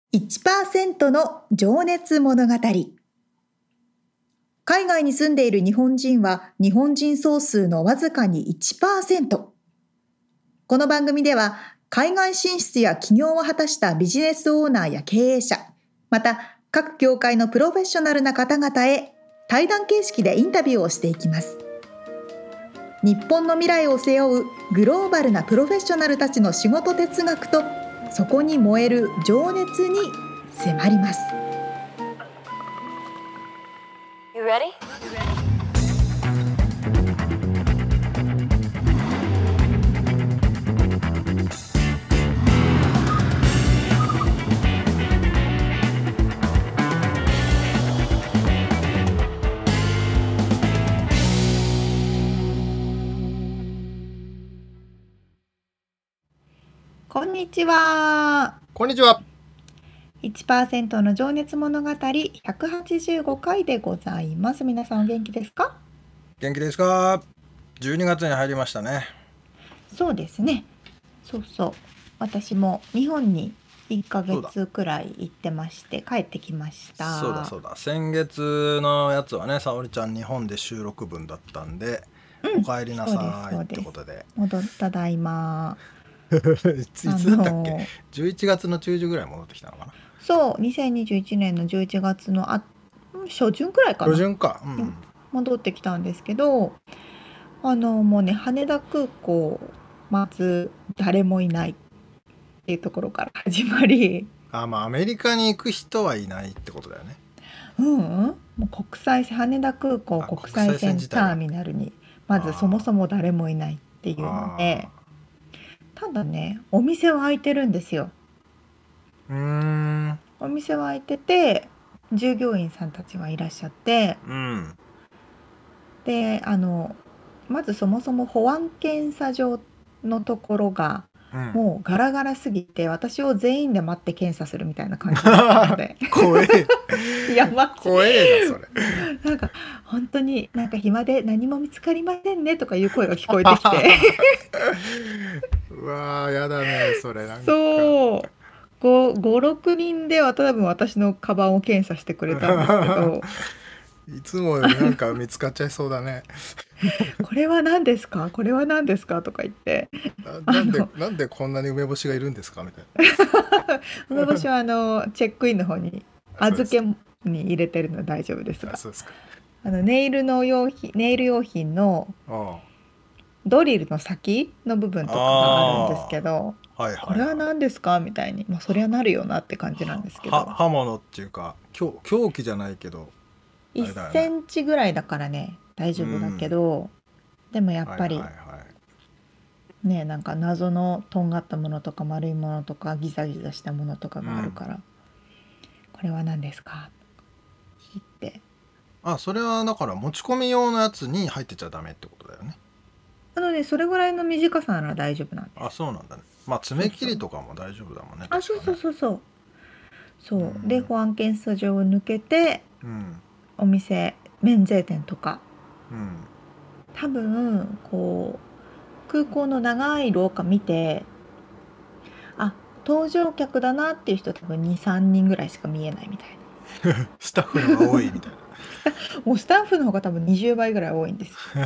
1% の情熱物語。海外に住んでいる日本人は日本人総数のわずかに 1%。この番組では海外進出や起業を果たしたビジネスオーナーや経営者、また各業界のプロフェッショナルな方々へ対談形式でインタビューをしていきます。日本の未来を背負うグローバルなプロフェッショナルたちの仕事哲学とそこに燃える情熱に迫ります。 You ready? こんにちは。 こんにちは。 1% の情熱物語185回でございます。皆さんお元気ですか？ 元気ですか？12月に入りましたね。 そうですね。そうそう。私も日本に1ヶ月くらい行ってまして帰ってきました。 そうだ。先月のやつはね、沙織ちゃん日本で収録分だったんで、お帰りなさいってことで。 戻っただいま。 いつだったっけ？11月の中旬ぐらい戻ってきたのかな。 そう、2021年の11月の初旬くらいかな。 初旬か、 戻ってきたんですけど、もうね、羽田空港まず誰もいないっていうところから始まり、 アメリカに行く人はいないってことだよね。 もう羽田空港国際線ターミナルにまずそもそも誰もいないっていうので、ただね、お店は開いてるんですよ。お店は開いてて、従業員さんたちはいらっしゃって、でまずそもそも保安検査場のところがもうガラガラすぎて、私を全員で待って検査するみたいな感じだったので怖えいやマジ怖えなそれ。 なんか本当に暇で何も見つかりませんねとかいう声が聞こえてきてうわーやだねそれ。なんかそう5,6 人では多分私のカバンを検査してくれたんですけどいつもよりなんか見つかっちゃいそうだねこれは何ですかこれは何ですかとか言ってなんでこんなに梅干しがいるんですかみたいな梅干しはチェックインの方に預けに入れてるので大丈夫ですが、 そうですか。 ネイル用品のドリルの先の部分とかがあるんですけど、これは何ですかみたいに、そりゃなるよなって感じなんですけど、 刃物っていうか凶器じゃないけど 1センチぐらいだからね大丈夫だけど、でもやっぱり、ね、なんか謎のとんがったものとか丸いものとかギザギザしたものとかがあるから、これは何ですかって言って、 それはだから持ち込み用のやつに入ってちゃダメってことだよね。 それぐらいの短さなら大丈夫なんです。 そうなんだね。爪切りとかも大丈夫だもんね。 そうで保安検査場を抜けて、お店免税店とか、多分空港の長い廊下見て、搭乗客だなっていう人多分 2,3 人ぐらいしか見えないみたいなスタッフの方が多いみたいなもうスタッフの方が多分20倍ぐらい多いんですよ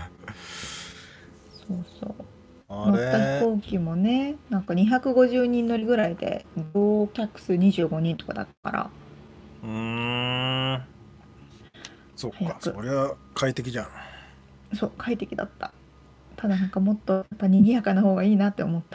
そう乗った飛行機もね、なんか250人乗りぐらいで乗客数25人とかだったから、 そっか、そりゃ快適じゃん。 そう快適だった。ただなんかもっとやっぱ賑やかな方がいいなって思った。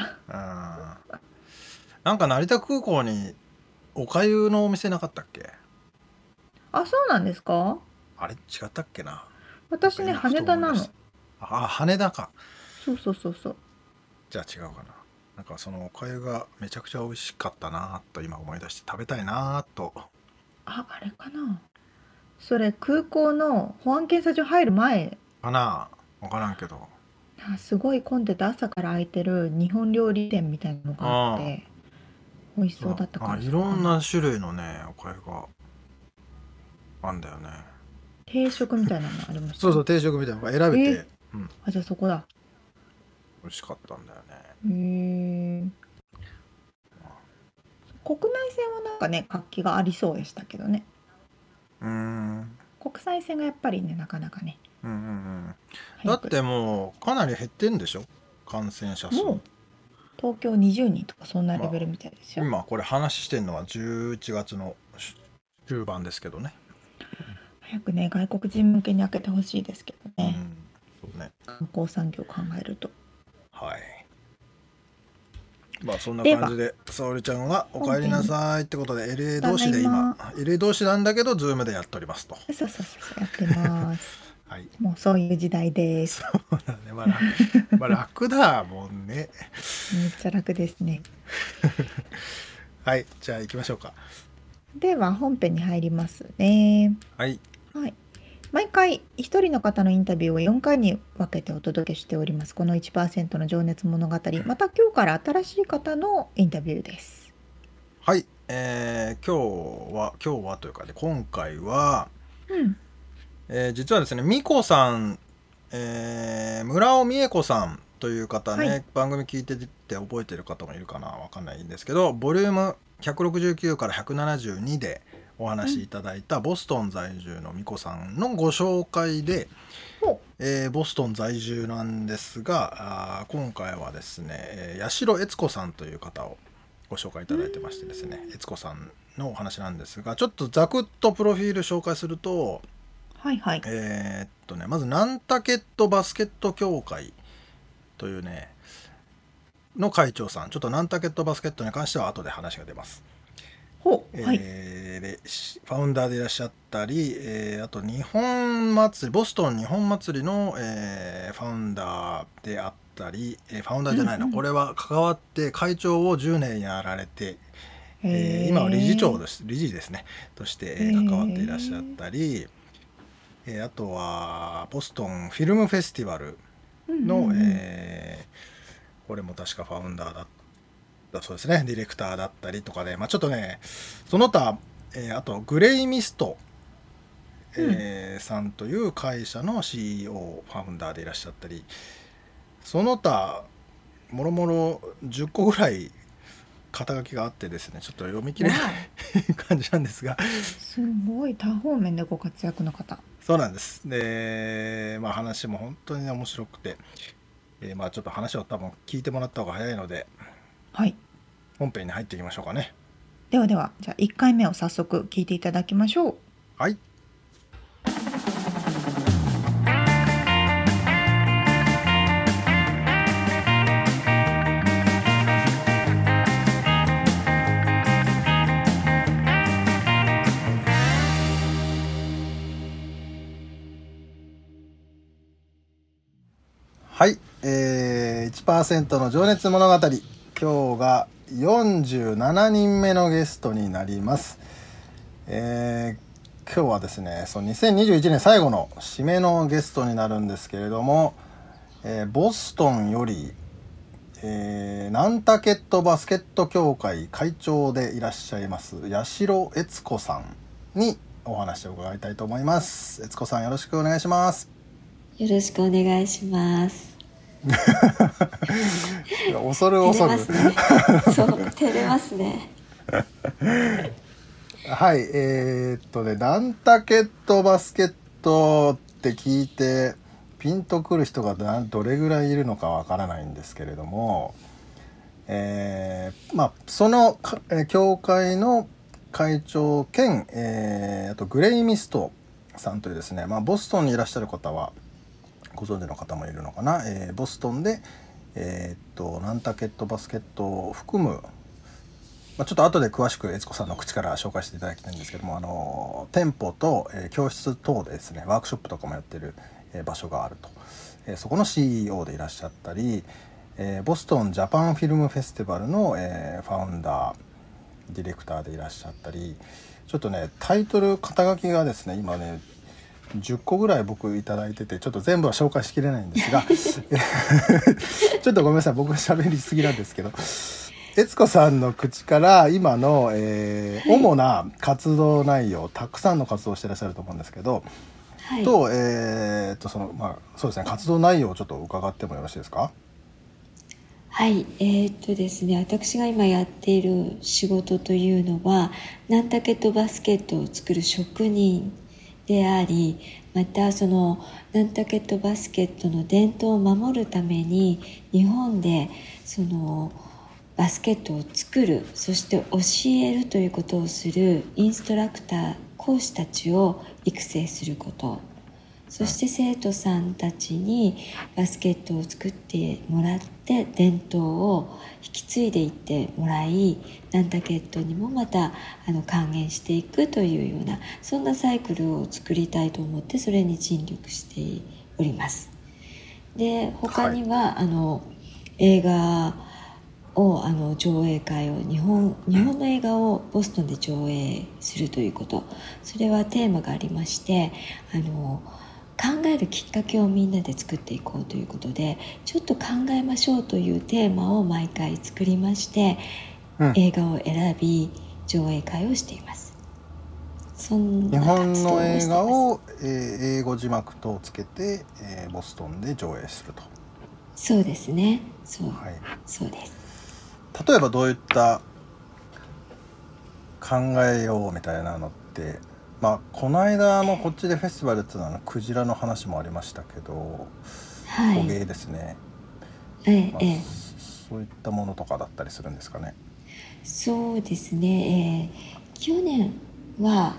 なんか成田空港におかゆのお店なかったっけ？ そうなんですか？ あれ違ったっけな。 私ね羽田なの。 羽田か。 そうじゃあ違うかな。なんかそのおかゆがめちゃくちゃ美味しかったなと今思い出して食べたいなと。 あれかな。それ空港の保安検査場入る前かな。分からんけど。 すごい混んでて朝から開いてる日本料理店みたいなのがあって美味しそうだったから。 いろんな種類のねおかゆがあんだよね。 定食みたいなのありました。 そう定食みたいなのが選べて、 じゃあそこだ。美味しかったんだよね。 国内線はなんかね活気がありそうでしたけどね。 うん国際線がやっぱりねなかなかねうんうんうん。だ早くってもうかなり減ってんでしょ、感染者数。 もう東京20人とかそんなレまあベルみたいですよ。 今これ話してるのは11月の終盤ですけどね。 早くね外国人向けに開けてほしいですけどね、 うんそうね。 観光産業を考えると。 はい。まあそんなでは感じで沙織ちゃんがお帰りなさいってことで LA ただい同士で今ま LA 同士なんだけどズームでやっておりますと。 そうやってますはい。 もうそういう時代です。 そうだね。まあ楽だもんね。 めっちゃ楽ですね。 はい。じゃあ行きましょうか。 では本編に入りますね。 はい。 はい。毎回一人の方のインタビューを4回に分けてお届けしております。この 1% の情熱物語。また今日から新しい方のインタビューです。 はい。今日はというかね、今回は、実はですね、みこさん、村尾美恵子さんという方ね、 はい、 番組聞いてて覚えてる方もいるかな、わかんないんですけど、ボリューム169から172でお話しいただいたボストン在住のみこさんのご紹介で、ボストン在住なんですが、今回はですね、八代悦子さんという方をご紹介いただいてましてですね、悦子さんのお話なんですが、ちょっとざくっとプロフィール紹介すると、 はいはい。 まずナンタケットバスケット協会というねの会長さん。ちょっとナンタケットバスケットに関しては後で話が出ます。 はいでファウンダーでいらっしゃったり、あと日本祭りボストン日本祭りの、ファウンダーであったり、ファウンダーじゃないな、これは関わって会長を10年やられて、今は理事ですねとして、関わっていらっしゃったり、あとはボストンフィルムフェスティバルの、これも確かファウンダーだそうですね、ディレクターだったりとかで、ちょっとねその他、あとグレイミスト、さんという会社の CEO ファウンダーでいらっしゃったり、その他もろもろ10個ぐらい肩書きがあってですね、ちょっと読み切れない感じなんですがすごい多方面でご活躍の方。 そうなんです。で、話も本当に面白くて、ちょっと話を多分聞いてもらった方が早いので、 はい。 本編に入っていきましょうかね。 ではじゃあ1回目を早速聞いていただきましょう。 はい。はい、1% の情熱物語、今日が47人目のゲストになります。今日はですね、2021年最後の締めのゲストになるんですけれども、ボストンより、ナンタケットバスケット協会会長でいらっしゃいます八代悦子さんにお話を伺いたいと思います。悦子さん、よろしくお願いします。 よろしくお願いします。 恐る恐るそう照れますねはい、ナンタケットバスケットって聞いてピンとくる人がどれぐらいいるのかわからないんですけれども、その協会の会長兼、あとグレイミストさんというですね、ボストンにいらっしゃる方はご存知の方もいるのかな、ボストンで、ナンタケットバスケットを含む、ちょっと後で詳しく悦子さんの口から紹介していただきたいんですけども、店舗と、教室等でですねワークショップとかもやってる、場所があると、そこの CEO でいらっしゃったり、ボストンジャパンフィルムフェスティバルの、ファウンダーディレクターでいらっしゃったり、ちょっとねタイトル肩書きがですね今ね10個ぐらい僕いただいてて、ちょっと全部は紹介しきれないんですがちょっとごめんなさい、僕が喋りすぎなんですけど、悦子さんの口から今の、主な活動内容、たくさんの活動をしてらっしゃると思うんですけど、 はい、 そうですね、活動内容をちょっと伺ってもよろしいですか？ はい、ですね、私が今やっている仕事というのはナンタケットバスケットを作る職人であり、またそのナンタケットバスケットの伝統を守るために日本でそのバスケットを作る、そして教えるということをするインストラクター、講師たちを育成すること、そして生徒さんたちにバスケットを作ってもらって伝統を引き継いでいってもらい、ナンタケットにもまた還元していくというような、そんなサイクルを作りたいと思ってそれに尽力しております。で、他には、映画を上映会を日本の映画をボストンで上映するということ、それはテーマがありまして、考えるきっかけをみんなで作っていこうということで、ちょっと考えましょうというテーマを毎回作りまして、映画を選び上映会をしています。そんな活動をしています。 日本の映画を、英語字幕等をつけて、ボストンで上映すると。 そうですね、そう、 はい、 そうです。 例えばどういった考えようみたいなのって、この間もこっちでフェスティバルっていうのはクジラの話もありましたけど、捕鯨ですね、そういったものとかだったりするんですかね。 そうですね、去年は、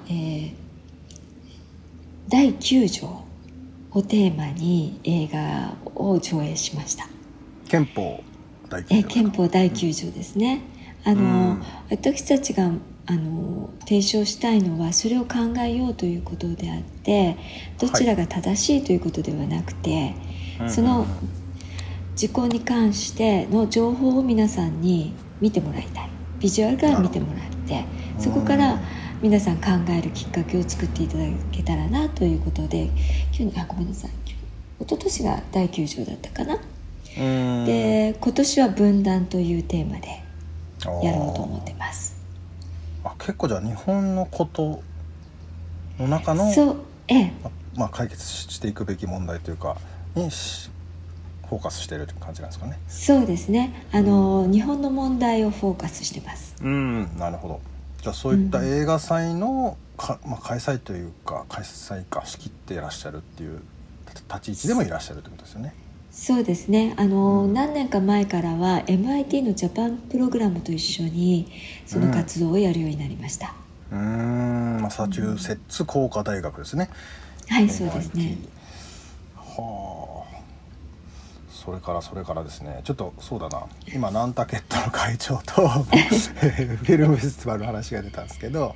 第9条をテーマに映画を上映しました。 憲法第9条、 憲法第9条ですね。私たちが提唱したいのはそれを考えようということであって、どちらが正しいということではなくて、その事項に関しての情報を皆さんに見てもらいたい、ビジュアルから見てもらって、そこから皆さん考えるきっかけを作っていただけたらなということで、ごめんなさい、一昨年が第9条だったかな。で、今年は分断というテーマでやろうと思ってます。 結構じゃあ日本のことの中の解決していくべき問題というかにフォーカスしているという感じなんですかね。 そうですね、日本の問題をフォーカスしてます。 なるほど。じゃあそういった映画祭の開催というか仕切っていらっしゃるっていう立ち位置でもいらっしゃるということですよね。 そうですね、何年か前からは MIT のジャパンプログラムと一緒にその活動をやるようになりました。 マサチューセッツ工科大学ですね。 はい、そうですね。 それからですね、ちょっとそうだな、今ナンタケットの会長とフィルムフェスティバルの話が出たんですけど、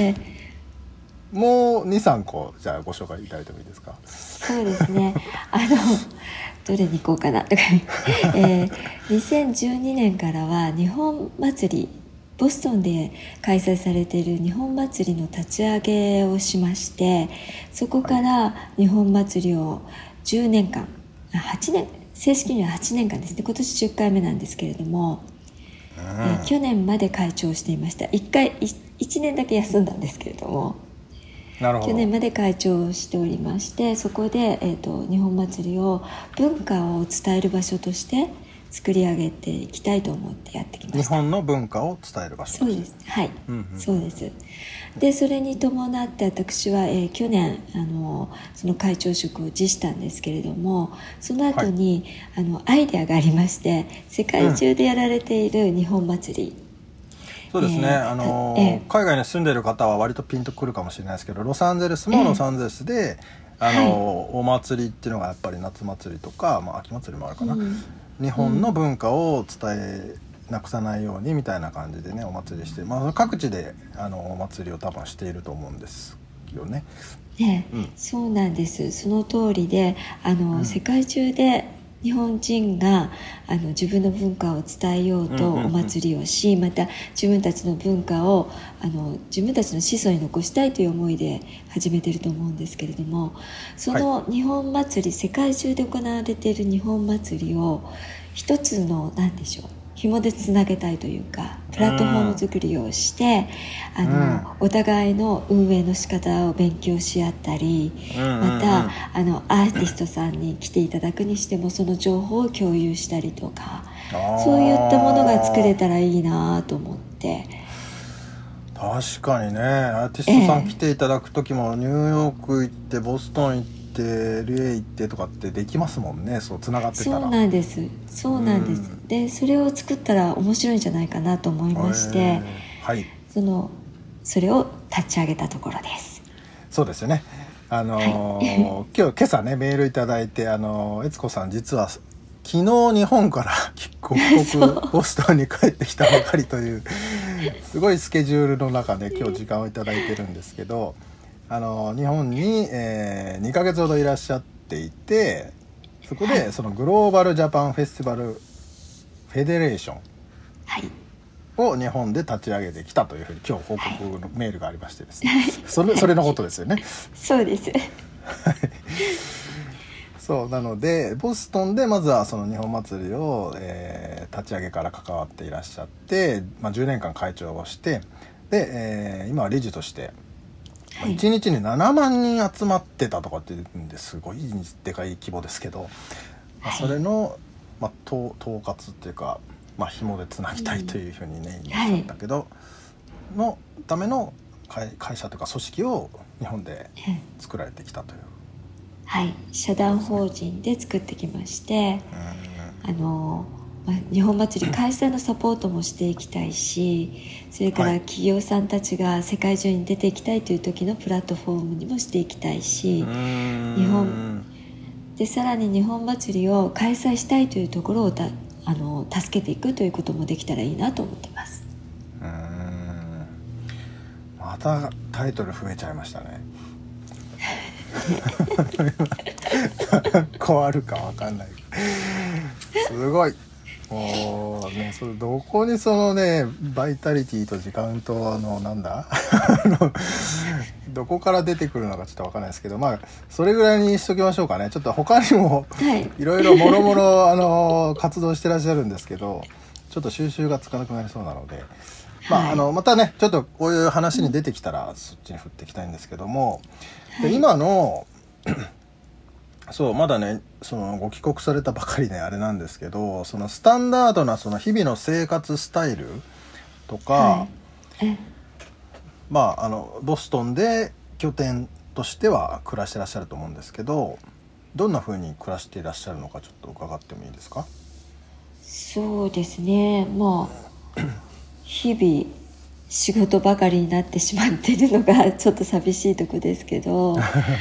もう 2,3 個じゃあご紹介いただいてもいいですか。 そうですね、どれに行こうかなとか、2012年からは日本祭り、ボストンで開催されている日本祭りの立ち上げをしまして、そこから日本祭りを10年間8年、正式には8年間ですね、今年10回目なんですけれども、去年まで会長をしていました。1年だけ休んだんですけれども、去年まで会長をしておりまして、そこで、日本祭りを文化を伝える場所として作り上げていきたいと思ってやってきました。 日本の文化を伝える場所として。 そうです、はい、そうです。で、それに伴って私は、去年その会長職を辞したんですけれども、その後に、アイデアがありまして、世界中でやられている日本祭り、 そうですね、海外に住んでいる方は割とピンとくるかもしれないですけど、ロサンゼルスもロサンゼルスで、お祭りっていうのがやっぱり夏祭りとか、秋祭りもあるかな、日本の文化を伝えなくさないようにみたいな感じでね、お祭りして、各地でお祭りを多分していると思うんですよね。 そうなんです。その通りで、世界中で日本人が自分の文化を伝えようとお祭りをし、また自分たちの文化を自分たちの子孫に残したいという思いで始めていると思うんですけれども、その日本祭り、世界中で行われている日本祭りを一つの紐でつなげたいというか、プラットフォーム作りをして、お互いの運営の仕方を勉強し合ったり、またアーティストさんに来ていただくにしてもその情報を共有したりとか、 そういったものが作れたらいいなと思って。 確かにね、アーティストさん来ていただく時も、ニューヨーク行ってボストン行って LA 行ってとかってできますもんね。そうつながってたら。 そうなんです。でそれを作ったら面白いんじゃないかなと思いまして、 はい、 それを立ち上げたところです。 そうですよね。今朝ねメールいただいて、悦子さん実は昨日日本から帰国ボストンに帰ってきたばかりというすごいスケジュールの中で今日時間をいただいてるんですけど、日本に、2ヶ月ほどいらっしゃっていて、そこでそのグローバルジャパンフェスティバルフェデレーションを日本で立ち上げてきたというふうに今日報告のメールがありましてですね、それのことですよね。 そうですそうなのでボストンでまずはその日本祭りを、立ち上げから関わっていらっしゃって、10年間会長をして、で、今は理事として、1日に7万人集まってたとかって言うんですごいでかい規模ですけど、それの、統括っていうか、紐でつなぎたいというふうにね言いましたけど、のための会社というか組織を日本で作られてきたという。 社団法人で作ってきまして、日本祭り開催のサポートもしていきたいし、それから企業さんたちが世界中に出ていきたいという時のプラットフォームにもしていきたいし、でさらに日本祭りを開催したいというところを助けていくということもできたらいいなと思ってます。 またタイトル増えちゃいましたね何個あるか分かんないすごいもうね、それどこにそのねバイタリティと時間となんだどこから出てくるのかちょっと分かんないですけど、それぐらいにしときましょうかね。ちょっと他にもいろいろもろもろ活動してらっしゃるんですけど、ちょっと収集がつかなくなりそうなので、またねちょっとこういう話に出てきたらそっちに振っていきたいんですけども、で今のそうまだねそのご帰国されたばかりであれなんですけど、そのスタンダードなその日々の生活スタイルとか、ボストンで拠点としては暮らしてらっしゃると思うんですけど、どんな風に暮らしていらっしゃるのかちょっと伺ってもいいですか？ そうですね、日々仕事ばかりになってしまっているのがちょっと寂しいとこですけど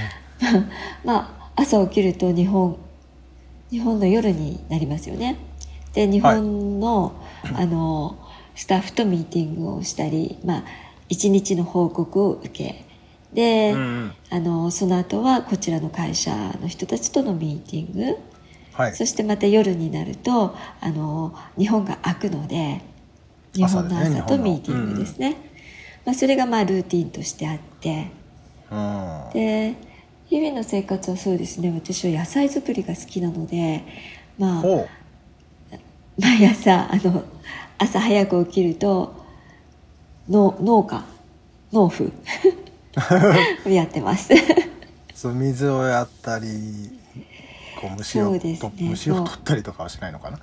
朝起きると日本の夜になりますよね。で日本の、スタッフとミーティングをしたり、一日の報告を受けで、その後はこちらの会社の人たちとのミーティング、そしてまた夜になると日本が開くので日本の朝とミーティングですね。それがルーティンとしてあって、で日々の生活はそうですね、私は野菜作りが好きなので、毎朝朝早く起きると農夫をやってますそう水をやったりこう虫を取ったりとかはしないのかな。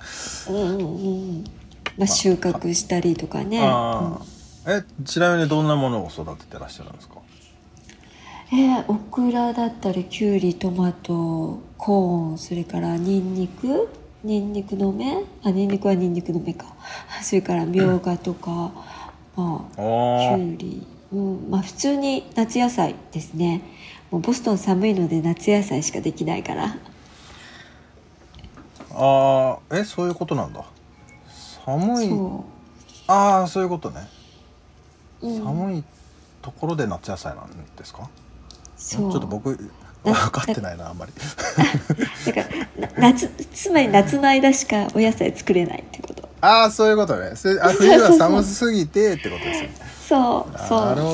収穫したりとかね。 ちなみにどんなものを育ててらっしゃるんですか？ オクラだったりキュウリ、トマト、コーン、それからニンニクの芽、ニンニクはニンニクの芽かそれからみょうがとか、キュウリ、普通に夏野菜ですね。もうボストン寒いので夏野菜しかできないからそういうことなんだ。寒いそういうことね、寒いところで夏野菜なんですか？ちょっと僕分かってないなあんまりだからつまり夏の間しかお野菜作れないってこと。 そういうことね。冬は寒すぎてってことですよね。 そうなんです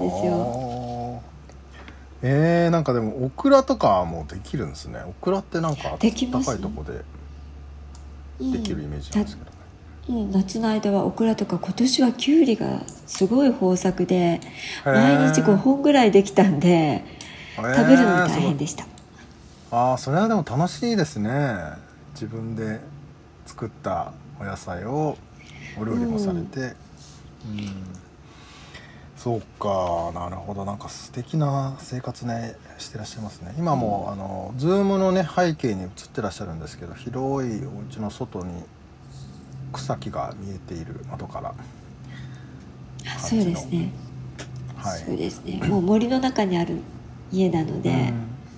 よ。 なんかでもオクラとかもできるんですね。オクラってなんか高いとこでできるイメージなんですけどね。 夏の間はオクラとか、今年はキュウリがすごい豊作で毎日5本ぐらいできたんで食べるのも大変でした。 それはでも楽しいですね。自分で作ったおお野菜をお料理もされて、そうか、なるほど。なんか素敵な生活ねしてらっしゃいますね。今もズームのね背景に映ってらっしゃるんですけど、広いお家の外に草木が見えている窓からそうですね、 はい、 そうですね、もう森の中にある家なので、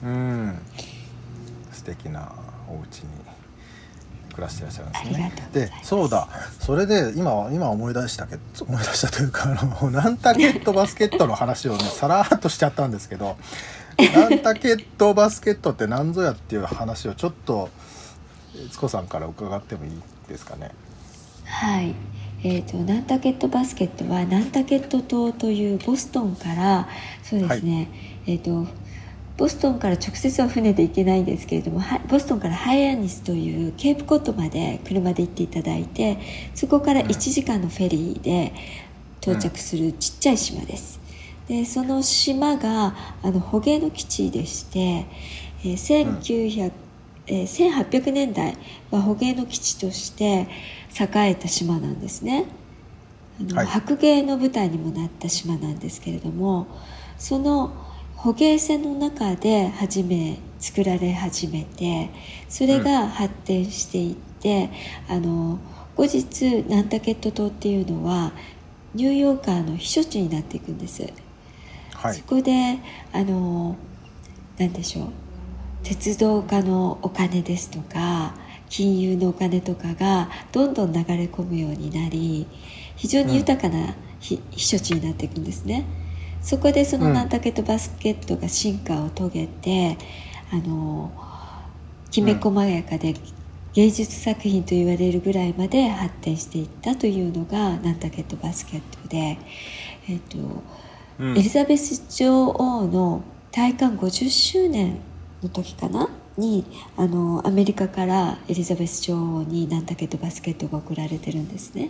素敵なお家に暮らしていらっしゃるんですね。 ありがとうございます。 で、そうだ、それで今思い出したというか、ナンタケットバスケットの話をねさらっとしちゃったんですけどナンタケットバスケットって何ぞやっていう話をちょっと悦子さんから伺ってもいいですかね。 はい、ナンタケットバスケットはナンタケット島というボストンから、そうですね、ボストンから直接は船で行けないんですけれども、ボストンからハイアニスというケープコッドまで車で行っていただいて、そこから1時間のフェリーで到着するちっちゃい島です。でその島が捕鯨の基地でして、1800年代は捕鯨の基地として栄えた島なんですね。白鯨の舞台にもなった島なんですけれども、その捕鯨船の中で作られ始めて、それが発展していって、後日ナンタケット島っていうのはニューヨーカーの避暑地になっていくんです。そこで何でしょう、鉄道家のお金ですとか金融のお金とかがどんどん流れ込むようになり、非常に豊かな避暑地になっていくんですね。そこでそのナンタケットバスケットが進化を遂げて、きめ細やかで芸術作品と言われるぐらいまで発展していったというのがナンタケットバスケットで、エリザベス女王の戴冠50周年の時かなにアメリカからエリザベス女王にナンタケットバスケットが贈られてるんですね。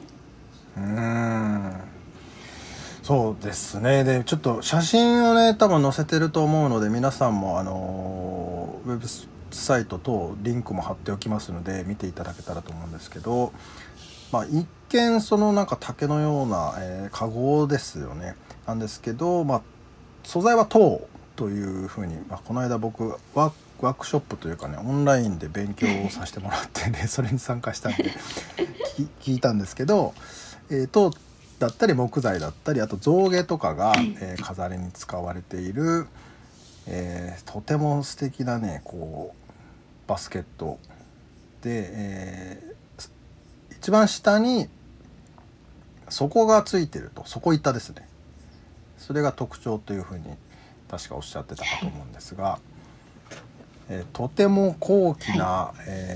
そうですね。でちょっと写真をね多分載せてると思うので、皆さんもウェブサイトとリンクも貼っておきますので見ていただけたらと思うんですけど、一見そのなんか竹のような、カゴですよね。なんですけど、素材は籐というふうに、この間僕ワークショップというかねオンラインで勉強をさせてもらってねそれに参加したんで聞いたんですけど、籐だったり木材だったり、あと象牙とかが、飾りに使われている、とても素敵なねバスケットで、一番下に底がついてると、底板ですね。それが特徴というふうに確かおっしゃってたかと思うんですが、とても高貴な、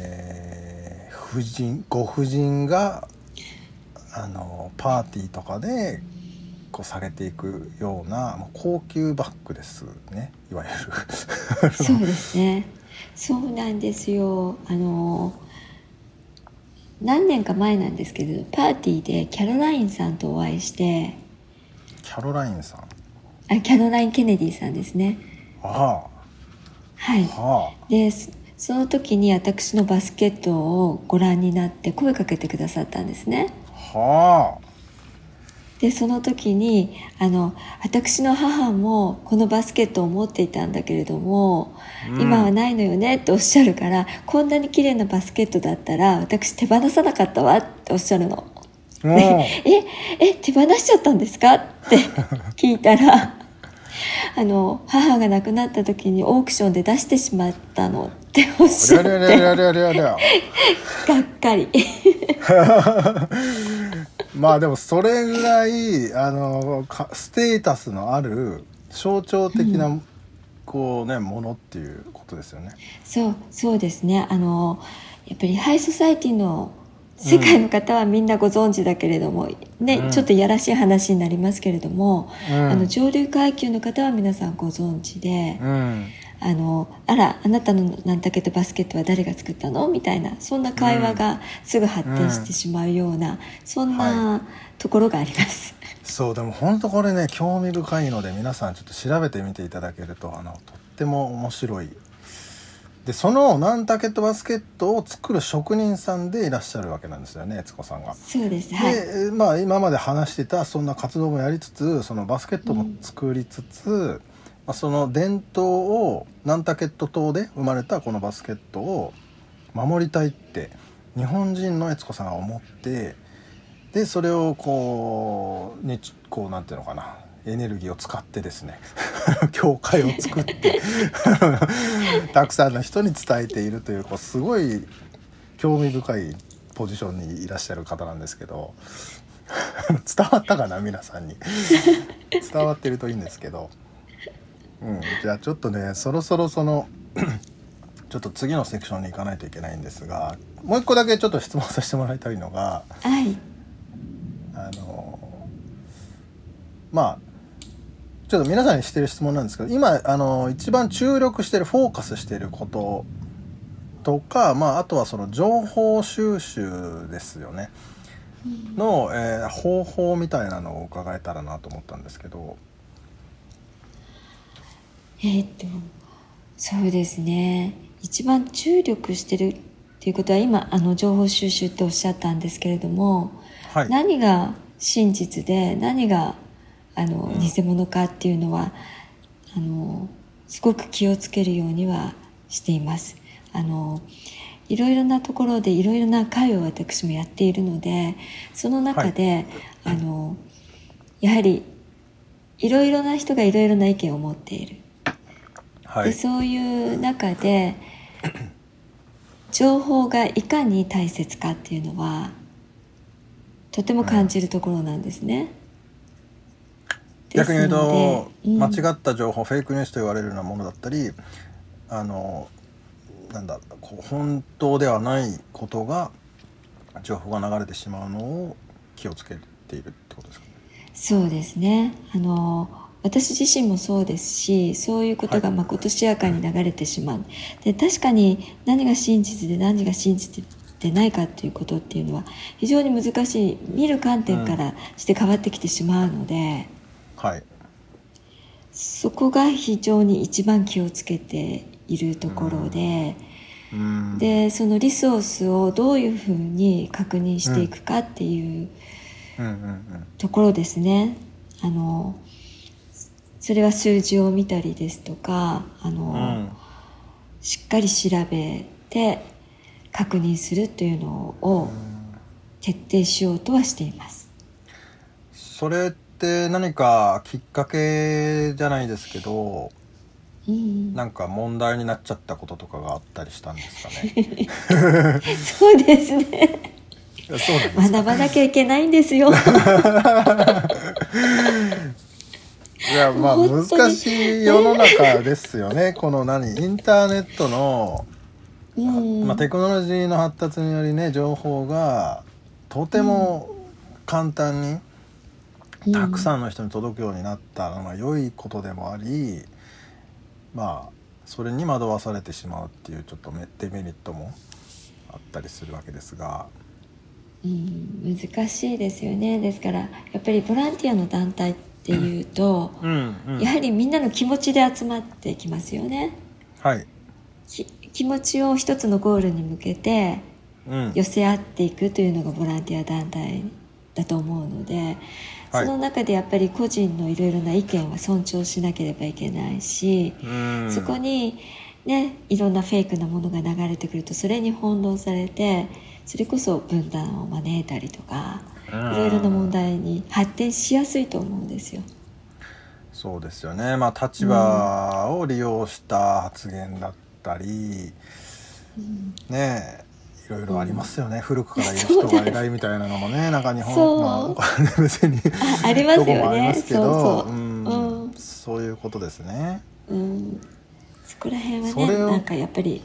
ご婦人がパーティーとかで下げていくような高級バッグですね、いわゆるそうですね、そうなんですよ。何年か前なんですけど、パーティーでキャロラインさんとお会いして。 キャロラインさん、 キャロライン・ケネディさんですね。 はい。 でその時に私のバスケットをご覧になって声かけてくださったんですね。でその時に私の母もこのバスケットを持っていたんだけれども、今はないのよねっておっしゃるから、こんなに綺麗なバスケットだったら私手放さなかったわっておっしゃるの。で手放しちゃったんですかって聞いたら母が亡くなった時にオークションで出してしまったのっておっしゃってがっかりでもそれぐらいステータスのある象徴的な、ものっていうことですよね。 そうですね。やっぱりハイソサイティの世界の方はみんなご存知だけれども、ちょっとやらしい話になりますけれども、上流階級の方は皆さんご存知で、あなたのナンタケットバスケットは誰が作ったのみたいな、そんな会話がすぐ発展してしまうような、そんなところがあります。 そう、でも本当これね興味深いので、皆さんちょっと調べてみていただけるととっても面白い。 でそのナンタケットバスケットを作る職人さんでいらっしゃるわけなんですよね、悦子さんが。 そうです。はい。 で、今まで話してたそんな活動もやりつつ、そのバスケットも作りつつ、その伝統をナンタケット島で生まれたこのバスケットを守りたいって日本人の悦子さんが思って、でそれをこうなんていうのかな、エネルギーを使ってですね教会を作ってたくさんの人に伝えているという、すごい興味深いポジションにいらっしゃる方なんですけど伝わったかな、皆さんに伝わってるといいんですけど、じゃあちょっとね、そろそろちょっと次のセクションに行かないといけないんですが、もう一個だけちょっと質問させてもらいたいのが、 はい。 ちょっと皆さんにしてる質問なんですけど、今一番注力してる、フォーカスしていることとか、あとはその情報収集ですよね、の、方法みたいなのを伺えたらなと思ったんですけど。 そうですね、一番注力してるっていうことは、今情報収集っておっしゃったんですけれども、 はい、 何が真実で何が偽物かっていうのはすごく気をつけるようにはしています。いろいろなところでいろいろな会を私もやっているので、その中で、やはりいろいろな人がいろいろな意見を持っている、でそういう中で情報がいかに大切かっていうのはとても感じるところなんですね。 逆に言うと、間違った情報、フェイクニュースと言われるようなものだったり、本当ではないことが情報が流れてしまうのを気をつけているってことですかね。 そうですね。私自身もそうですし、そういうことがまことしやかに流れてしまう。で、確かに何が真実で何が真実でないかということっていうのは非常に難しい、見る観点からして変わってきてしまうので、そこが非常に一番気をつけているところで、でそのリソースをどういうふうに確認していくかっていうところですね。それは数字を見たりですとか、しっかり調べて確認するというのを徹底しようとはしています。 それって何かきっかけじゃないですけど、なんか問題になっちゃったこととかがあったりしたんですかね。 そうですね。 そうなんですか。 学ばなきゃいけないんですよ。 いや、難しい世の中ですよね。このインターネットの、テクノロジーの発達によりね、情報がとても簡単にたくさんの人に届くようになったのは良いことでもあり、それに惑わされてしまうっていうちょっとデメリットもあったりするわけですが、 難しいですよね。ですからやっぱりボランティアの団体っていうと、やはりみんなの気持ちで集まってきますよね。気持ちを一つのゴールに向けて寄せ合っていくというのがボランティア団体だと思うので、その中でやっぱり個人のいろいろな意見は尊重しなければいけないし、そこにね、いろんなフェイクなものが流れてくるとそれに翻弄されて、それこそ分断を招いたりとか、いろいろな問題に発展しやすいと思うんですよ。 そうですよね。立場を利用した発言だったり、ねえ、いろいろありますよね。古くからいる人が偉いみたいなのもね、なんか日本、別にありますよね。 どこもありますけど、そういうことですね。 そこら辺はね、なんかやっぱり、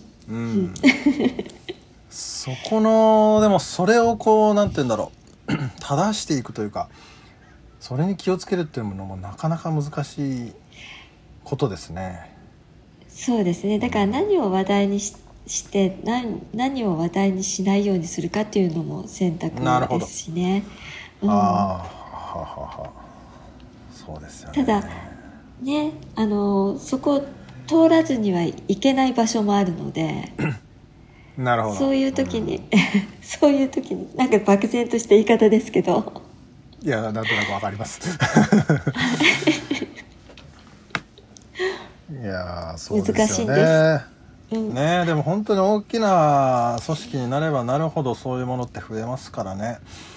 そこのでもそれをなんて言うんだろう正していくというか、それに気をつけるっていうのもなかなか難しいことですね。 そうですね。だから何を話題にして何を話題にしないようにするかっていうのも選択ですしね。 そうですよね。 ただね、そこ通らずにはいけない場所もあるのでなるほど。 そういう時にそういう時になんか漠然とした言い方ですけどいやなんとなくわかりますいやそうですよね。 難しいんです、 ね、でも本当に大きな組織になればなるほどそういうものって増えますからね。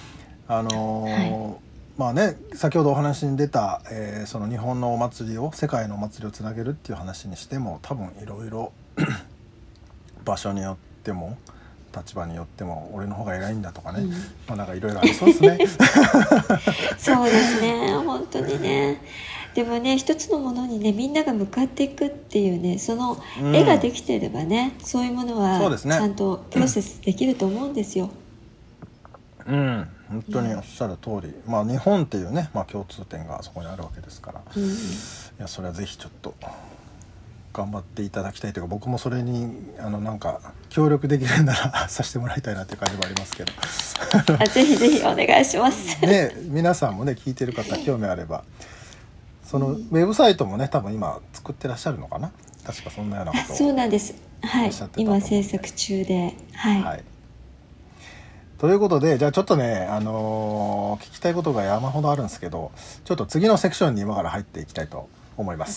まあね、先ほどお話に出た、その日本のお祭りを世界のお祭りをつなげるっていう話にしても多分いろいろ場所によっても立場によっても俺の方が偉いんだとかね、まあなんかいろいろありそうですねそうですね本当にね。でもね一つのものにねみんなが向かっていくっていうねその絵ができてればね、そういうものはちゃんとプロセスできると思うんですよ。 本当におっしゃる通り、まあ日本っていうね、まあ、共通点がそこにあるわけですから、いやそれはぜひちょっと頑張っていただきたいというか僕もそれになんか協力できるならさせてもらいたいなっていう感じもありますけどぜひぜひお願いしますね、皆さんもね聞いてる方興味あればそのウェブサイトもね多分今作ってらっしゃるのかな、確かそんなようなことを。 そうなんです、はい、今制作中で、はいということでじゃあちょっとね、聞きたいことが山ほどあるんですけどちょっと次のセクションに今から入っていきたいと思います。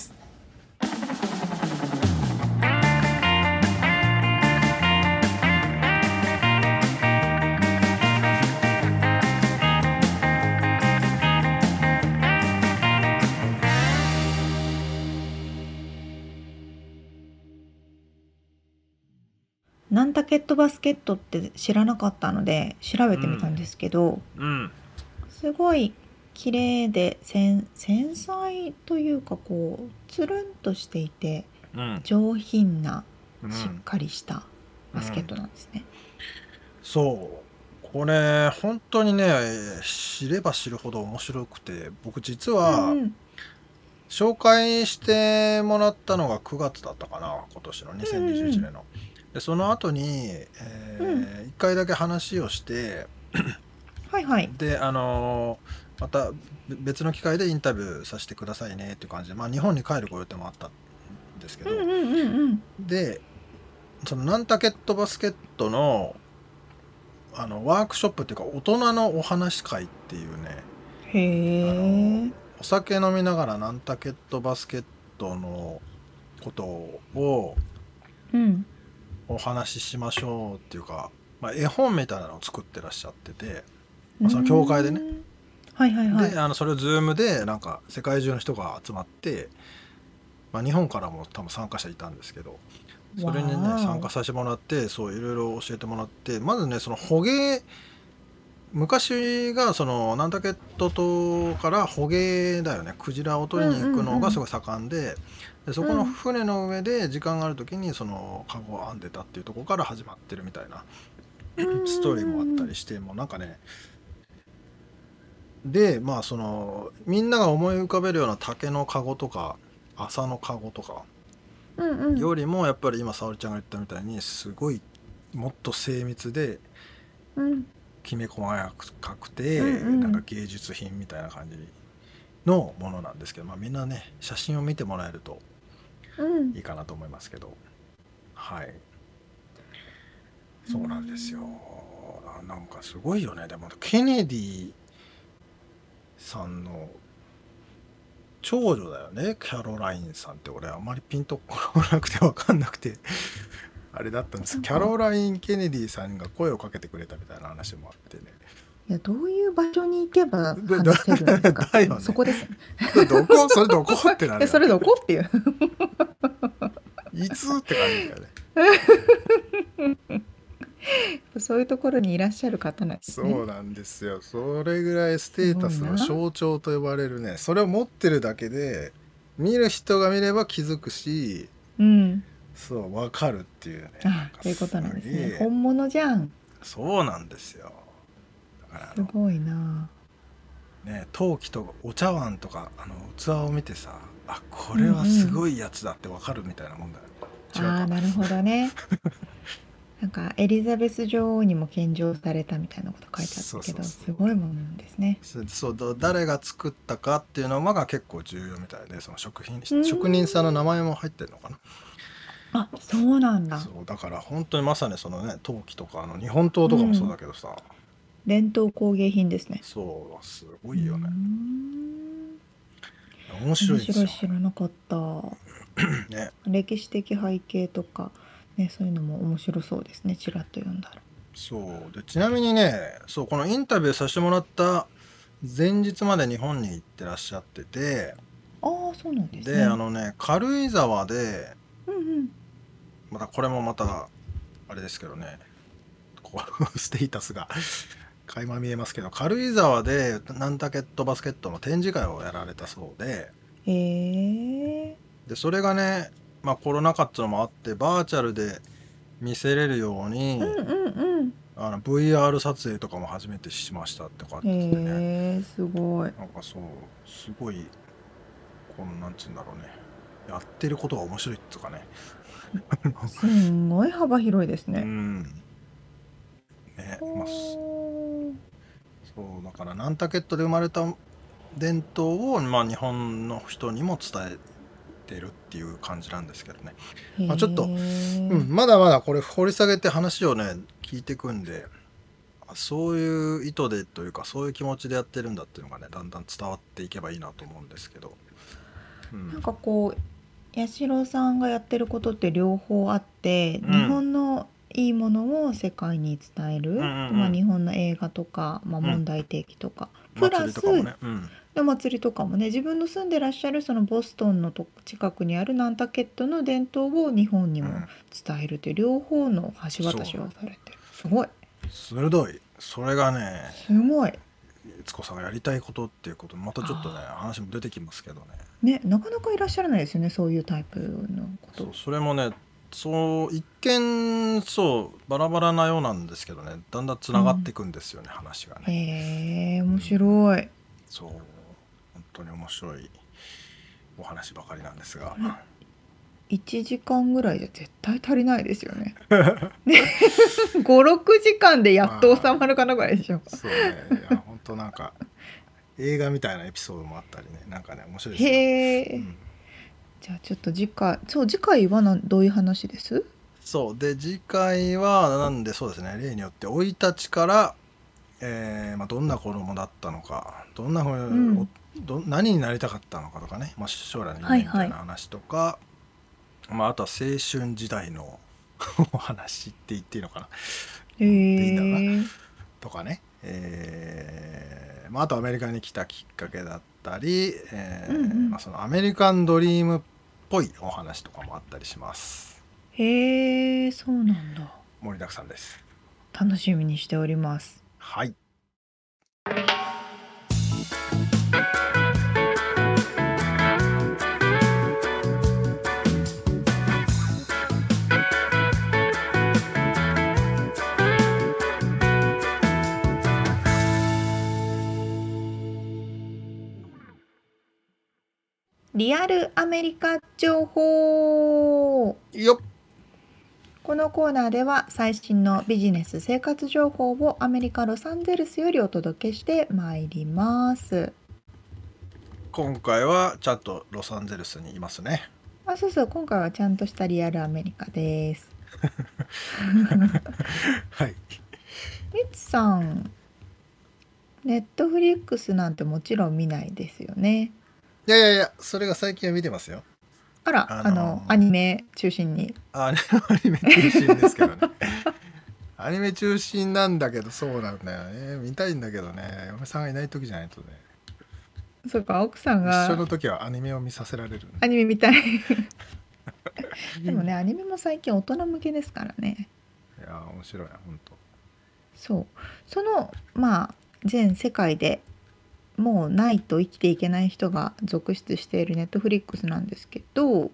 ナンタケットバスケットって知らなかったので調べてみたんですけど、すごい綺麗で繊細というかこうつるんとしていて、上品なしっかりしたバスケットなんですね。 そうこれ本当にね知れば知るほど面白くて僕実は、紹介してもらったのが9月だったかな今年の2021年の。でその後に、1回だけ話をしてでまた別の機会でインタビューさせてくださいねっていう感じで、まあ、日本に帰るご予定もあったんですけど、でそのナンタケットバスケットのワークショップっていうか大人のお話会っていうね、お酒飲みながらナンタケットバスケットのことをお話ししましょうっていうか、まあ、絵本みたいなのを作ってらっしゃってて、その教会でね、でそれを Zoom でなんか世界中の人が集まって、まあ、日本からも多分参加者いたんですけどそれにね参加させてもらってそういろいろ教えてもらって、まずねその捕鯨昔がそのナンタケット島から捕鯨だよね、クジラを取りに行くのがすごい盛んで、そこの船の上で時間がある時にそのカゴを編んでたっていうところから始まってるみたいなストーリーもあったりして、もうなんかねでまあそのみんなが思い浮かべるような竹のカゴとか麻のカゴとかよりもやっぱり今沙織ちゃんが言ったみたいにすごいもっと精密できめ細かくてなんか芸術品みたいな感じのものなんですけど、まあ、みんなね写真を見てもらえるといいかなと思いますけど、はいそうなんですよ。なんかすごいよね。でもケネディさんの長女だよね、キャロラインさんって。俺あんまりピンとこなくて分かんなくてあれだったんです。キャロライン・ケネディさんが声をかけてくれたみたいな話もあってね。 いやどういう場所に行けば話せるんですかだよね、 そこですねそれどこってなるよねそれどこっていういつって感じだよねそういうところにいらっしゃる方なんですね。 そうなんですよ。それぐらいステータスの象徴と呼ばれるね、それを持ってるだけで見る人が見れば気づくし、そう分かるっていうね。 ということなんですね。本物じゃん。 そうなんですよ。だからすごいな。 ね、陶器とお茶碗とか器を見てさ、あこれはすごいやつだって分かるみたいなもんだよ。 なるほどねなんかエリザベス女王にも献上されたみたいなこと書いてあったけど、すごいものなんですね。 そう誰が作ったかっていうのが結構重要みたいで、その職人さんの名前も入ってるのかな。 あ、そうなんだ。 そうだから本当にまさにそのね、陶器とか日本刀とかもそうだけどさ、 伝統工芸品ですね。 そうすごいよね。面面白いですよ。 白い、知らなかった。 ね、 歴史的背景とかね、そういうのも面白そうですね。ちらっと読んだら。 そうで、ちなみにね、そうこのインタビューさせてもらった前日まで日本に行ってらっしゃってて、 ああ、そうなんですね。 で軽井沢で、 うんうん。 またこれもまたあれですけどね、こうステータスが垣間見えますけど、軽井沢でナンタケットバスケットの展示会をやられたそうで、でそれがね、コロナ禍っていうのもあってバーチャルで見せれるように、VR 撮影とかも初めてしましたって感じですね。 すごい。 なんかそうすごい、このなんつうんだろうね、やってることが面白いっていうかねすんごい幅広いですね。 ね、そうだからナンタケットで生まれた伝統を、日本の人にも伝えてるっていう感じなんですけどね。ちょっと、まだまだこれ掘り下げて話をね聞いていくんで、そういう意図でというかそういう気持ちでやってるんだっていうのがね、だんだん伝わっていけばいいなと思うんですけど、 なんかこう八代さんがやってることって両方あって、日本のいいものを世界に伝える、日本の映画とか、問題提起とか、プラスお祭りとかもね、自分の住んでらっしゃるそのボストンの近くにあるナンタケットの伝統を日本にも伝えるという両方の橋渡しをされてる。すごい鋭い。それがね、 すごい悦子さんがやりたいことっていうこと、またちょっとね話も出てきますけどね、なかなかいらっしゃらないですよね、そういうタイプのこと。 それもね、そう一見バラバラなようなんですけどね、だんだんつながっていくんですよね、話がね。 へえ、面白い。 そう本当に面白いお話ばかりなんですが、 1時間ぐらいじゃ絶対足りないですよね。5、6時間でやっと収まるかなぐらいでしょ。 そうね、いや本当なんか映画みたいなエピソードもあったりね、なんかね面白いですよ。 へえ、じゃあちょっと次回はどういう話です？ そうで、次回はなんで、そうですね、例によって生い立ちから、どんな子供だったのか、どんなふう、何になりたかったのかとかね、将来の夢みたいな話とか、あとは青春時代のお話って言っていいのかな、いいんだなとかね、あとアメリカに来たきっかけだったり、そのアメリカンドリームっぽいお話とかもあったりします。 へえ、そうなんだ。 盛りだくさんです。 楽しみにしております。 はい。 リアルアメリカ情報よっ。 このコーナーでは最新のビジネス生活情報をアメリカ・ロサンゼルスよりお届けしてまいります。 今回はちゃんとロサンゼルスにいますね。 そうそう、今回はちゃんとしたリアルアメリカです。 はい。 ミツさん、ネットフリックスなんてもちろん見ないですよね。 いや、それが最近は見てますよ。 あら、アニメ中心に。 アニメ中心ですけどね。アニメ中心なんだけど、そうなんだよね。見たいんだけどね、嫁さんがいない時じゃないとね。 そうか、奥さんが一緒の時はアニメを見させられる。 アニメ見たい。でもね、アニメも最近大人向けですからね。 いや面白いな本当。 そう、その全世界でもうないと生きていけない人が続出しているネットフリックスなんですけど、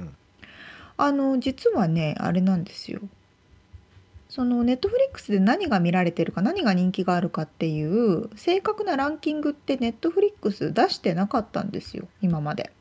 実はねあれなんですよ。そのネットフリックスで何が見られてるか、何が人気があるかっていう正確なランキングってネットフリックス出してなかったんですよ、今まで。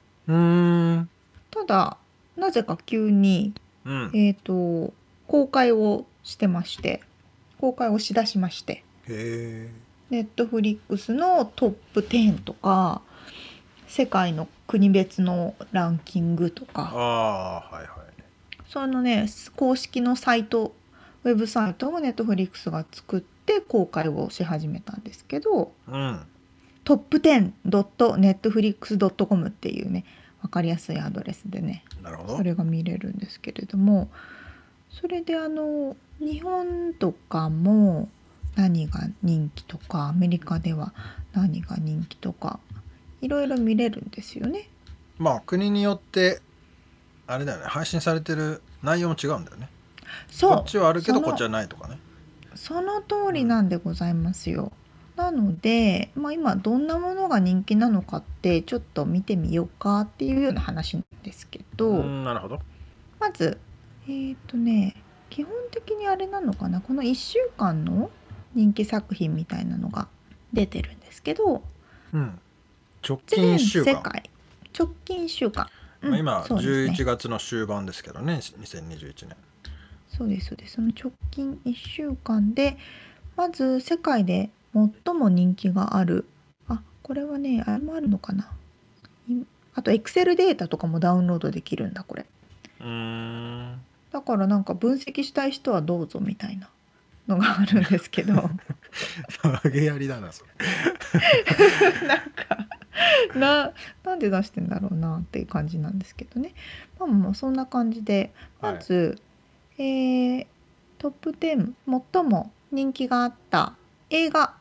ただなぜか急に、公開をしてまして、公開をしだしまして、 へネットフリックスのトップ10とか世界の国別のランキングとあか、 はいはい。 そのね公式のサイト、ウェブサイトをネットフリックスが作って公開をし始めたんですけど、トップ 10.netflix.com っていうね分かりやすいアドレスでね、 なるほど。 それが見れるんですけれども、それで日本とかも何が人気とか、アメリカでは何が人気とかいろいろ見れるんですよね。 まあ国によってあれだよね、配信されてる内容も違うんだよね。 そう、 こっちはあるけどこっちはないとかね。 その通りなんでございますよ。なので、今どんなものが人気なのかってちょっと見てみようかっていうような話なんですけど、 なるほど。 まず基本的にあれなのかな、この1週間の人気作品みたいなのが出てるんですけど、 直近1週間、 全世界直近1週間、 今そうですね、 11月の終盤ですけどね、2021年。 そうですそうです。その直近1週間でまず世界で最も人気がある、これはねあれもあるのかな、あと Excel データとかもダウンロードできるんだこれ。だからなんか分析したい人はどうぞみたいなのがあるんですけど投げやりだなそれなんで出してんだろうなっていう感じなんですけどね。もうそんな感じで、まず、トップ10最も人気があった映画、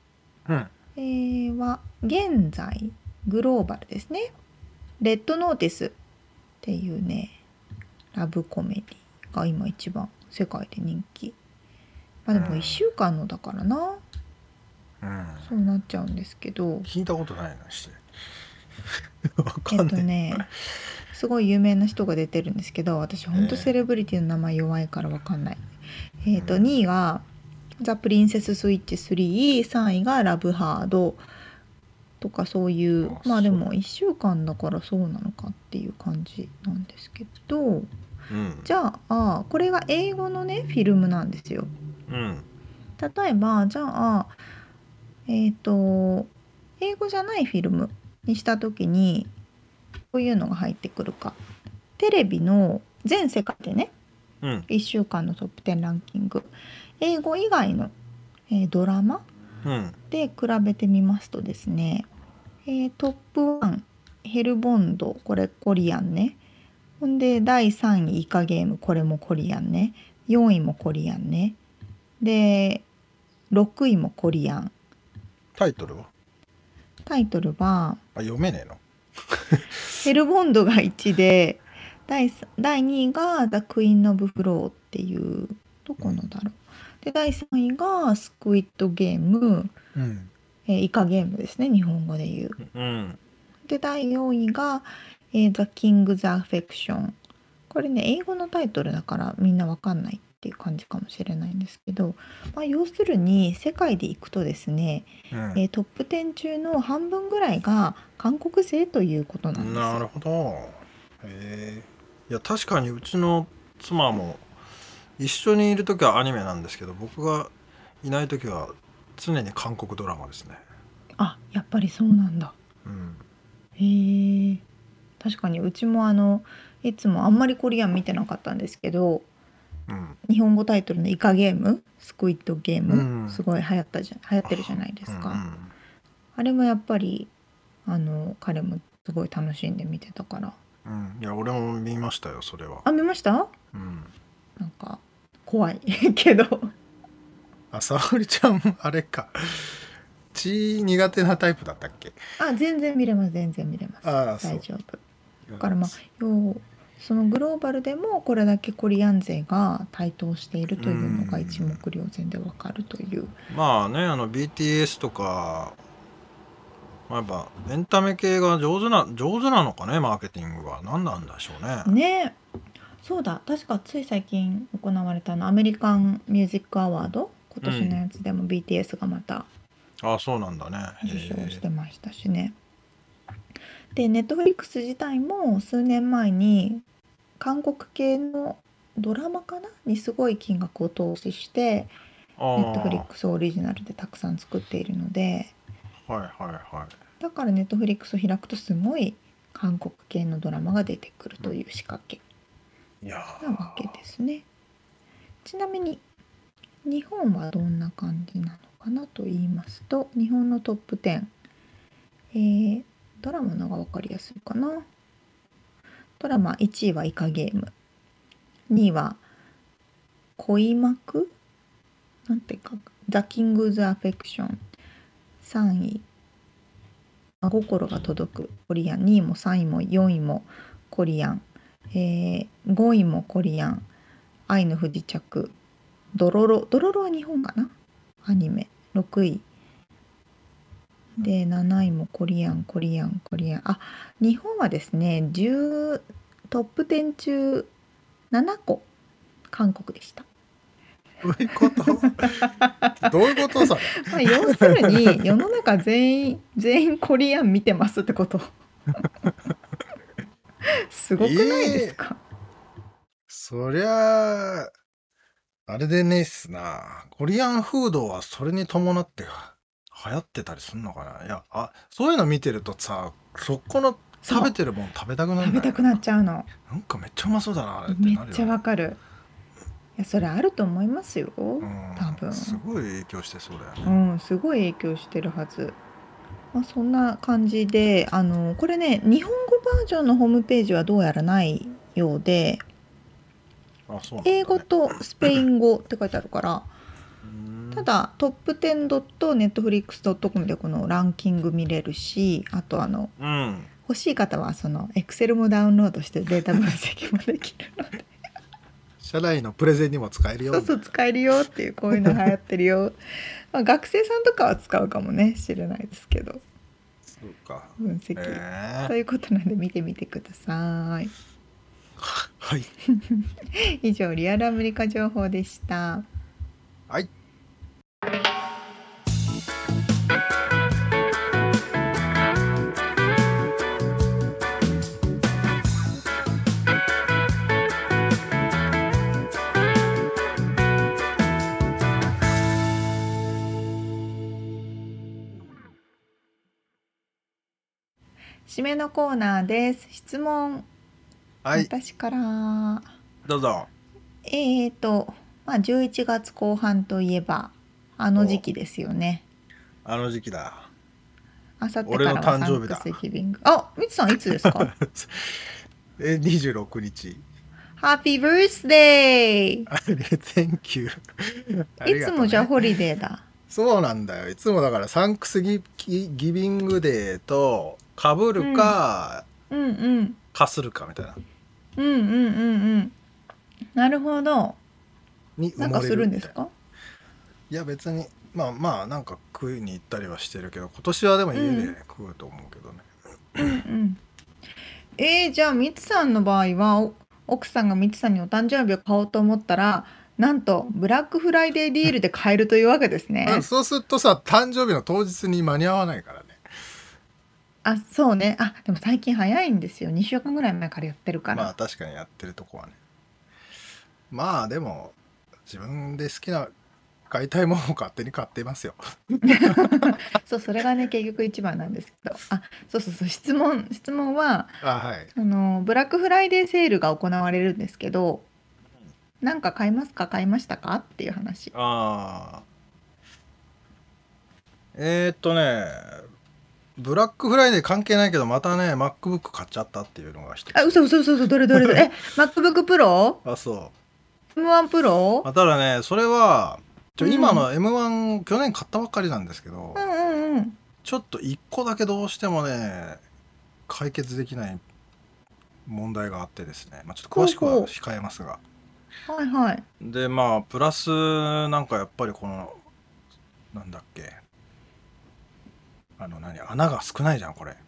は現在グローバルですね。レッドノーティスっていうねラブコメディが今一番世界で人気。でも1週間のだからな、そうなっちゃうんですけど、 聞いたことないなしてわかんないすごい有名な人が出てるんですけど、私ほんとセレブリティの名前弱いからわかんない。2位がザ・プリンセス・スイッチ3、3位がラブハードとか、そういう、でも1週間だからそうなのかっていう感じなんですけど、じゃあこれが英語のねフィルムなんですよ。例えばじゃあ英語じゃないフィルムにした時にこういうのが入ってくるか。テレビの全世界でね、1週間のトップ10ランキング、英語以外の、ドラマで比べてみますとですね、トップ1ヘルボンド、これコリアンね。ほんで第3位イカゲーム、これもコリアンね。4位もコリアンね。で6位もコリアン。タイトルは読めねえのヘルボンドが1で、第2位がザ・クイーン・オブ・フローっていうどこのだろう。で第3位がスクイッドゲーム、イカゲームですね、日本語で言う。で第4位がザ・キング・ザ・アフェクション。これね英語のタイトルだからみんなわかんないっていう感じかもしれないんですけど、要するに世界でいくとですね、トップ10中の半分ぐらいが韓国勢ということなんですよ。 なるほど。いや確かにうちの妻も一緒にいる時はアニメなんですけど、僕がいない時は常に韓国ドラマですね。 やっぱりそうなんだ。確かにうちもいつもあんまりコリアン見てなかったんですけど、日本語タイトルのイカゲーム、スクイッドゲーム、すごい流行ってるじゃないですか。あれもやっぱり彼もすごい楽しんで見てたから。 いや俺も見ましたよそれは。 見ました？なんか怖いけど沙織ちゃんあれか血苦手なタイプだったっけ？ 全然見れます、全然見れます。大丈夫だから、そのグローバルでもこれだけコリアン勢が台頭しているというのが一目瞭然でわかるという。 BTS とか、やっぱエンタメ系が上手なのかね、マーケティングは。何なんでしょうね。 そうだ、確かつい最近行われたアメリカンミュージックアワード、今年のやつでも BTS がまたそうなんだね、 受賞してましたしね。でネットフリックス自体も数年前に韓国系のドラマかなにすごい金額を投資してネットフリッあクスオリジナルでたくさん作っているので、 あ、はいはいはい。 だからネットフリックスを開くとすごい韓国系のドラマが出てくるという仕掛けいやなわけですね。ちなみに日本はどんな感じなのかなと言いますと、日本のトップ10、ドラマの方が分かりやすいかな。ドラマ1位はイカゲーム、2位は恋幕なんていうかザ・キングズ・アフェクション、3位真心が届くコリアン、2位も3位も4位もコリアン、5位もコリアン、愛の不時着、ドロロは日本かな、アニメ6位で、7位もコリアン。あ、日本はですね、トップ10中7個韓国でした。 どういうことどういうことそれ。 まあ、要するに世の中全員コリアン見てますってことすごくないですか？ そりゃあ、あれでねえっすな。コリアンフードはそれに伴って流行ってたりすんのかな。いや、そういうの見てるとさ、そこの食べてるもん食べたくなるんだよ。 食べたくなっちゃうの。 なんかめっちゃうまそうだな、あれってめっなるよね。 ちゃわかる。いや、それあると思いますよ、多分。 すごい影響してそうだよね。 すごい影響してるはず。まあ、そんな感じで、これね、日本語バージョンのホームページはどうやらないようで、 そうなんだね。 英語とスペイン語って書いてあるから、ただトップ 10.netflix.com でこのランキング見れるし、あと欲しい方はその Excel もダウンロードしてデータ分析もできるので社内のプレゼンにも使えるよ。 そう使えるよっていう、こういうの流行ってるよまあ学生さんとかは使うかもね、知れないですけど。 そうか。 分析、ということなんで見てみてください。 はい。 以上、リアルアメリカ情報でした。 はい。 締めのコーナーです。質問、 はい、 私からどうぞ。 まあ、11月後半といえばあの時期ですよね。 あの時期だ。 あさってからはサンクスギビング。みつさんいつですか 26日。 ハッピーバースデー。 Thank you いつもじゃあホリデーだ。 そうなんだよ。いつもだからサンクスギビングデーとかぶるか、かするかみたいな。 なるほど。 に埋もれるみたいな。 なんかするんですか？ いや別にまあなんか食いに行ったりはしてるけど、今年はでも家で食うと思うけどね。 じゃあみつさんの場合は奥さんがみつさんにお誕生日を買おうと思ったら、なんとブラックフライデーディールで買えるというわけですね。 そうするとさ、誕生日の当日に間に合わないからね。 そうね。でも最近早いんですよ。2週間ぐらい前からやってるから。 まあ確かにやってるとこはね。まあでも自分で好きな買いたいものを勝手に買っていますよ。 それがね結局一番なんですけど。そう質問ははい。 ブラックフライデーセールが行われるんですけど、なんか買いますか、買いましたかっていう話。 ブラックフライデー関係ないけど、またね MacBook 買っちゃったっていうのが一つ。 嘘どれMacBook Pro？ そう。 M1 Pro？ ただね、それは今の M1 去年買ったばっかりなんですけど、ちょっと1個だけどうしてもね解決できない問題があってですね、ちょっと詳しくは控えますが、でプラスなんかやっぱりこのなんだっけ、穴が少ないじゃんこれ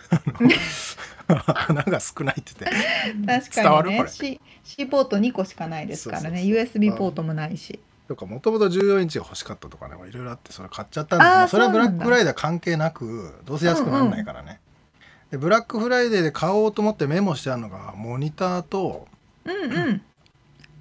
穴が少ないって言って確かにね、C ポート2個しかないですからね。USB ポートもないし。 とかもともと14インチが欲しかったとかね、いろいろあってそれ買っちゃったんですけど、それはブラックフライデー関係なくどうせ安くならないからね。でブラックフライデーで買おうと思ってメモしてあるのがモニターと、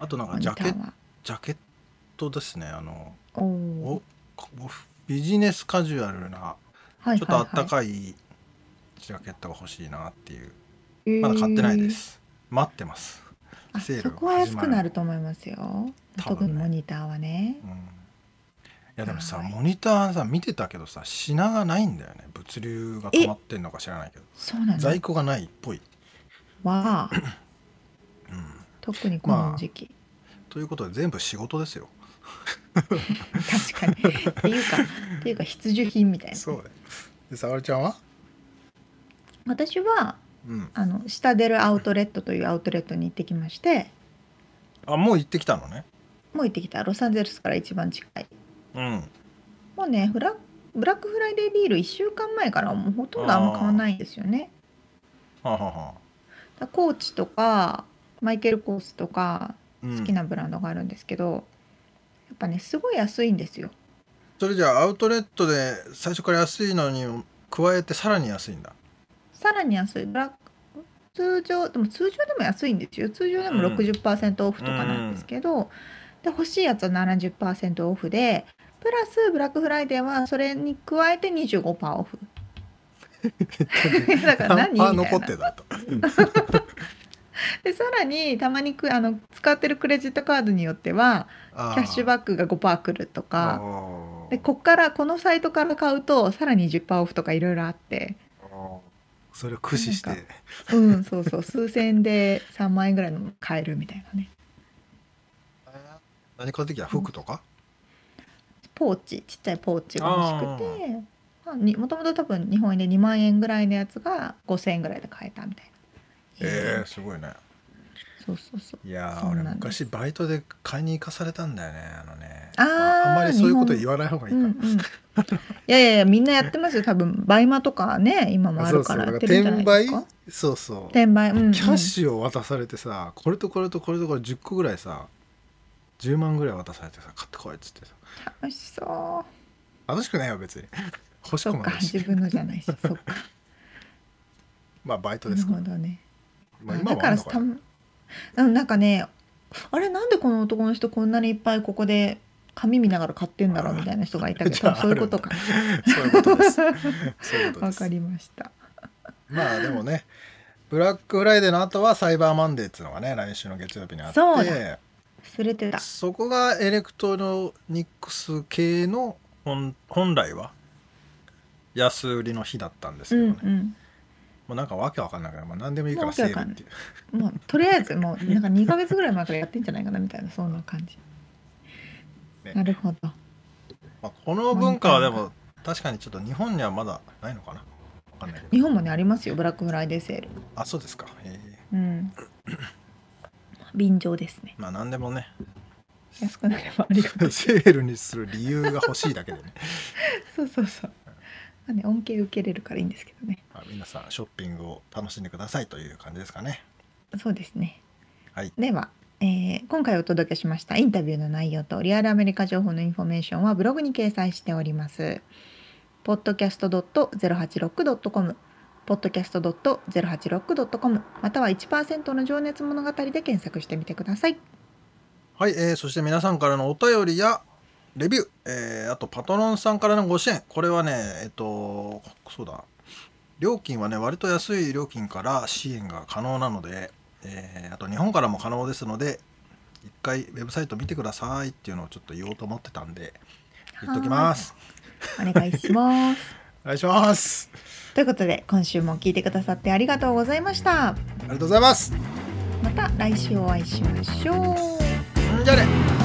あとなんかモニジャケターは。 ットですね。 おお。 ビジネスカジュアルなはいちょっとあったい。 かいジャケットが欲しいなっていう。 えまだ買ってないです。待ってます。 あ、 セールそこは安始まる。 くなると思いますよ。 多分ね特にモニターはね。 うん。いやでもさ、 はい。 モニターさ見てたけどさ、品がないんだよね。物流が止まってんのか知らないけど、 そうな在の？ 庫がないっぽい。 わあ、 うん。 特にこのま時期。 あということで全部仕事ですよ。 確かに。っていうか必需品みたいなね。 そうだよ。で、沙織ちゃんは？ 私はうん。 シタデルアウトレットというアウトレットに行ってきまして、 あ、もう行ってきたのね。 もう行ってきた。ロサンゼルスから一番近い。 うん。 もうね、ブラックフライデーディール1週間前からもうほとんどあんま変わんないんですよね。 はあはあはあ。 だコーチとかマイケル・コースとかうん。 好きなブランドがあるんですけど、やっぱねすごい安いんですよ。 それじゃあアウトレットで最初から安いのに加えてさらに安いんだ。 さらに安い。通常でも安いんですよ。通常でもうん。 60% オフうとかなんですん。 けど、で欲しいやつは 70% オフで、プラスブラックフライデーはそれに加えて 25% オフ。だから何パー何みたいな。 残ってたと。 でさらにたまに使ってるクレジットカードによってはキャッシュあバックが 5% 来るとあ。 か、であこのサイトから買うとさらに 10% オフとかいろいろあって、 あ。それを駆使しなんかて。 そうそう、数千円で3万円ぐらいの買えるみたいなね。 何買ってきた？服とか？ ちっちゃいポーチが欲しくあて、もともと多分日本円で2万円ぐらいのやつが5000円ぐらいで買えたみたいな。みたいすごいね。 な。そうそうそう。 いやそう俺なんです。 昔バイトで買いに行かされたんだよね。まあんまりそういうこと言わない方がいいか。 いやみんなやってますよ。多分バイマとかね今もあるからやってるんじゃないですか。 そうそう。 転売。 キャッシュを渡されてさ、これとこれとこれとこれ10個ぐらいさ、10万ぐらい渡されてさ、買ってこいっつってさ。 楽しそう。 楽しくないよ別に。欲しそっか、 くもないし。 自分のじゃないし。そっか。 まあバイトなるですから。 ほどね。 まあ今だからもあんのかなんかね、あれなんでこの男の人こんなにいっぱいここで紙見ながら買ってんだろうみたいな人がいたな。 けど、 じゃあそういうことか。 そういうことです。そういうことでわかす。 りました。 まあでもね、ブラックフライデーの後はサイバーマンデーっていうのがね、来週の月曜日にあっそうだ。 て、 忘れてた。 そこがエレクトロニクス系の本来は安売りの日だったんですけどね。もうなんかわけわかんないから、まあ、何でもいいからセールっていう。 もうとりあえずもうなんか2ヶ月ぐらい前からやってんじゃないかなみたいな、そんな感じ。 ね。 なるほど。 まあ、この文化はでも確かにちょっと日本にはまだないのかな。わかんないけど。 日本もねありますよ、ブラックフライデーセール。 あ、そうですか。 便乗ですね。 まあ何でもね、 安くなればありがたい。 セールにする理由が欲しいだけでね。 そうそうそう。まあね、恩恵受けれるからいいんですけどね。 まあ、皆さんショッピングを楽しんでくださいという感じですかね。 そうですね。 はい。 では、今回お届けしましたインタビューの内容とリアルアメリカ情報のインフォメーションはブログに掲載しております。podcast.086.com podcast.086.com または 1% の情熱物語で検索してみてください。 はい、そして皆さんからのお便りやレビュー、あとパトロンさんからのご支援、これはね、そうだ、料金はね、割と安い料金から支援が可能なので、あと日本からも可能ですので、一回ウェブサイト見てくださいっていうのをちょっと言おうと思ってたんで、言っときます。 お願いします。 お願いします。 ということで、今週も聞いてくださってありがとうございました。 ありがとうございます。 また来週お会いしましょう。 じゃあね。